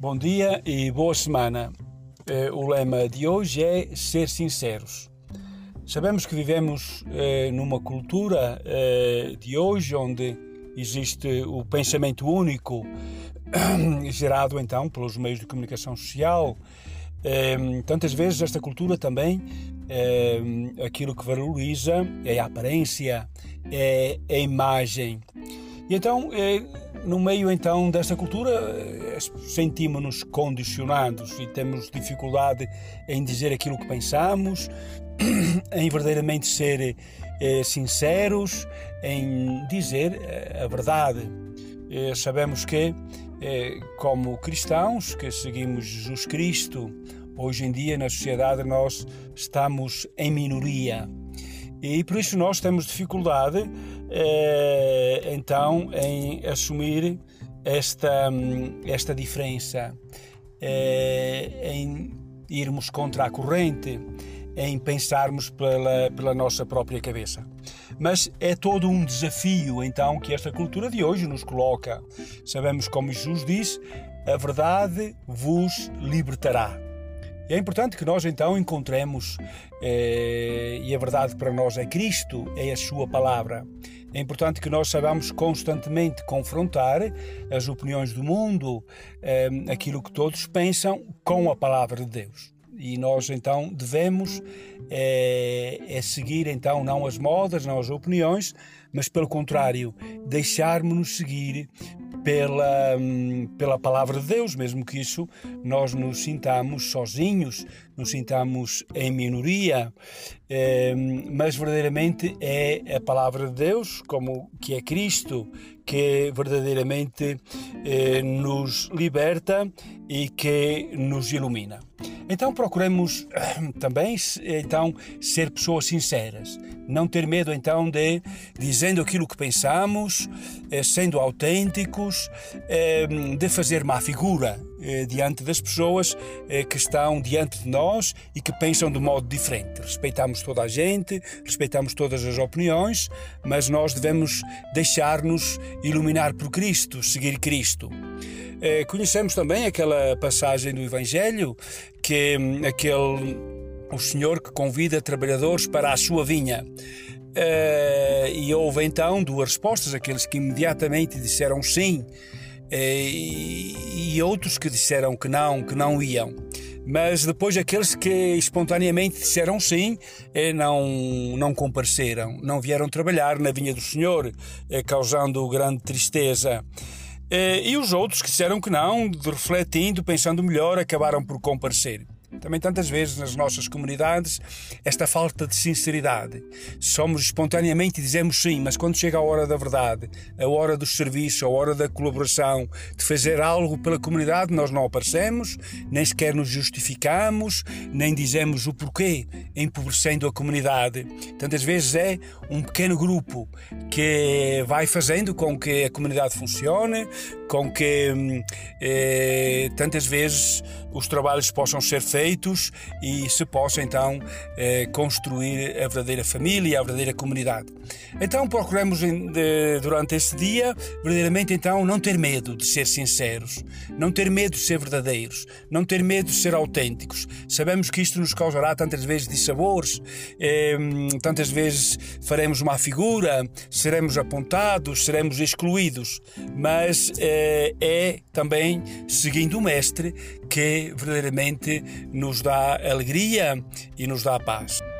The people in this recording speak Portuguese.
Bom dia e boa semana. O lema de hoje é ser sinceros. Sabemos que vivemos numa cultura de hoje onde existe o pensamento único, gerado então pelos meios de comunicação social. Tantas vezes esta cultura também, aquilo que valoriza é a aparência, é a imagem. E então, no meio então desta cultura, sentimos-nos condicionados e temos dificuldade em dizer aquilo que pensamos, em verdadeiramente ser sinceros, em dizer a verdade. Sabemos que, como cristãos que seguimos Jesus Cristo, hoje em dia na sociedade nós estamos em minoria. E por isso nós temos dificuldade, então, em assumir esta diferença, em irmos contra a corrente, em pensarmos pela nossa própria cabeça. Mas é todo um desafio, então, que esta cultura de hoje nos coloca. Sabemos, como Jesus diz, a verdade vos libertará. E é importante que nós então encontremos, e a verdade para nós é Cristo, é a sua palavra. É importante que nós saibamos constantemente confrontar as opiniões do mundo, aquilo que todos pensam, com a palavra de Deus. E nós então devemos seguir então não as modas, não as opiniões, mas pelo contrário, deixarmos-nos seguir pela palavra de Deus, mesmo que isso nós nos sintamos sozinhos, nos sintamos em minoria, mas verdadeiramente é a palavra de Deus, como que é Cristo, que verdadeiramente nos liberta e que nos ilumina. Então procuremos também então ser pessoas sinceras, não ter medo então de dizendo aquilo que pensamos, sendo autênticos, de fazer má figura diante das pessoas que estão diante de nós e que pensam de modo diferente. Respeitamos toda a gente, respeitamos todas as opiniões, mas nós devemos deixar-nos iluminar por Cristo, seguir Cristo. Conhecemos também aquela passagem do Evangelho que o Senhor que convida trabalhadores para a sua vinha. E houve então duas respostas, aqueles que imediatamente disseram sim e outros que disseram que não iam. Mas depois aqueles que espontaneamente disseram sim, não compareceram, não vieram trabalhar na vinha do Senhor, causando grande tristeza. E os outros que disseram que não, refletindo, pensando melhor, acabaram por comparecer. Também tantas vezes nas nossas comunidades esta falta de sinceridade. Somos espontaneamente e dizemos sim, mas quando chega a hora da verdade, a hora do serviço, a hora da colaboração, de fazer algo pela comunidade, nós não aparecemos, nem sequer nos justificamos, nem dizemos o porquê, empobrecendo a comunidade. Tantas vezes é um pequeno grupo que vai fazendo com que a comunidade funcione, com que tantas vezes os trabalhos possam ser feitos e se possa então construir a verdadeira família, a verdadeira comunidade. Então procuramos durante este dia verdadeiramente então não ter medo de ser sinceros, não ter medo de ser verdadeiros, não ter medo de ser autênticos. Sabemos que isto nos causará tantas vezes dissabores, tantas vezes faremos má figura, seremos apontados, seremos excluídos, mas é também seguindo o Mestre que verdadeiramente nos dá alegria e nos dá paz.